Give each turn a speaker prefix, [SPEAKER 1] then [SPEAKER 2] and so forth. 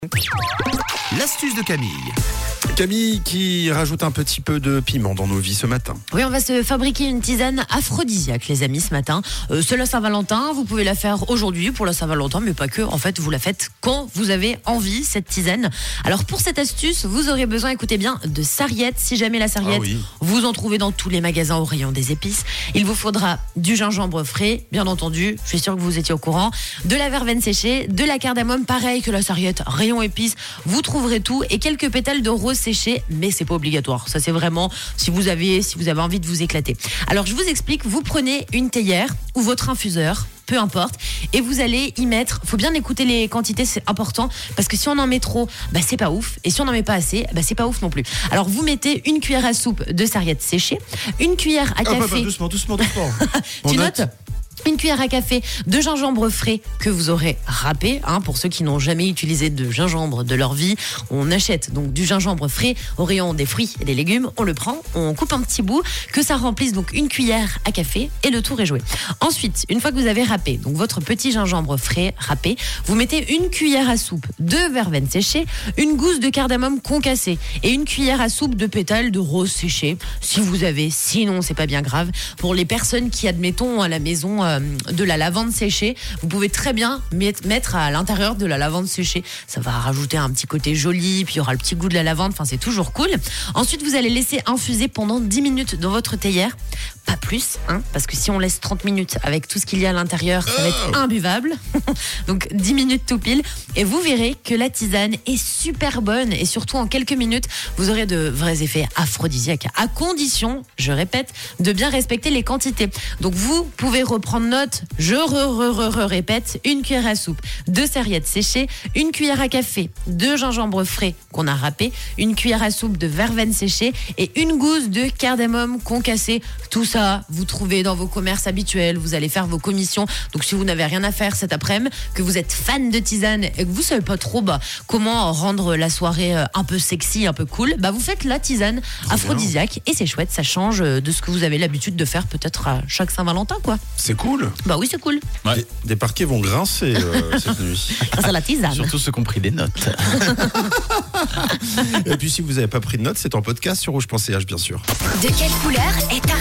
[SPEAKER 1] L'astuce de Camille. Camille qui rajoute un petit peu de piment dans nos vies ce matin.
[SPEAKER 2] Oui, on va se fabriquer une tisane aphrodisiaque, les amis, ce matin. C'est la Saint-Valentin, vous pouvez la faire aujourd'hui pour la Saint-Valentin, mais pas que. En fait, vous la faites quand vous avez envie, cette tisane. Alors, pour cette astuce, vous aurez besoin, écoutez bien, de sarriette. Si jamais la sarriette, vous en trouvez dans tous les magasins au rayon des épices. Il vous faudra du gingembre frais, bien entendu. Je suis sûre que vous étiez au courant. De la verveine séchée, de la cardamome, pareil que la sarriette, rayon épices. Vous trouverez tout et quelques pétales de rose séché, mais c'est pas obligatoire. Ça, c'est vraiment si vous avez envie de vous éclater. Alors, je vous explique. Vous prenez une théière ou votre infuseur, peu importe, et vous allez y mettre. Faut bien écouter les quantités, c'est important, parce que si on en met trop, c'est pas ouf, et si on en met pas assez, c'est pas ouf non plus. Alors, vous mettez une cuillère à soupe de sarriette séchée, une cuillère à café.
[SPEAKER 1] Doucement.
[SPEAKER 2] Tu notes ? Une cuillère à café de gingembre frais que vous aurez râpé. Pour ceux qui n'ont jamais utilisé de gingembre de leur vie, on achète donc du gingembre frais au rayon des fruits et des légumes. On le prend, on coupe un petit bout, que ça remplisse donc une cuillère à café et le tour est joué. Ensuite, une fois que vous avez râpé, donc votre petit gingembre frais râpé, vous mettez une cuillère à soupe de verveine séchée, une gousse de cardamome concassée et une cuillère à soupe de pétales de rose séchée. Si vous avez, sinon c'est pas bien grave. Pour les personnes qui, admettons, à la maison de la lavande séchée, vous pouvez très bien mettre à l'intérieur de la lavande séchée. Ça va rajouter un petit côté joli, puis il y aura le petit goût de la lavande, c'est toujours cool. Ensuite, vous allez laisser infuser pendant 10 minutes dans votre théière, pas plus, parce que si on laisse 30 minutes avec tout ce qu'il y a à l'intérieur, ça va être imbuvable. Donc 10 minutes tout pile, et vous verrez que la tisane est super bonne, et surtout en quelques minutes, vous aurez de vrais effets aphrodisiaques, à condition, je répète, de bien respecter les quantités. Donc vous pouvez reprendre note, je répète, une cuillère à soupe de sarriette séchée, une cuillère à café de gingembre frais qu'on a râpé, une cuillère à soupe de verveine séchée et une gousse de cardamome concassée. Tout ça, vous trouvez dans vos commerces habituels, vous allez faire vos commissions. Donc si vous n'avez rien à faire cet après-midi, que vous êtes fan de tisane et que vous savez pas trop comment rendre la soirée un peu sexy, un peu cool, vous faites la tisane aphrodisiaque et c'est chouette, ça change de ce que vous avez l'habitude de faire peut-être à chaque Saint-Valentin, quoi.
[SPEAKER 1] C'est cool.
[SPEAKER 2] Oui, c'est cool.
[SPEAKER 1] Ouais. Des parquets vont grincer cette nuit.
[SPEAKER 2] Grâce à la tisane.
[SPEAKER 3] Surtout ceux qui ont pris des notes.
[SPEAKER 1] Et puis si vous n'avez pas pris de notes, c'est en podcast sur rouge.ch bien sûr.
[SPEAKER 4] De quelle couleur est ta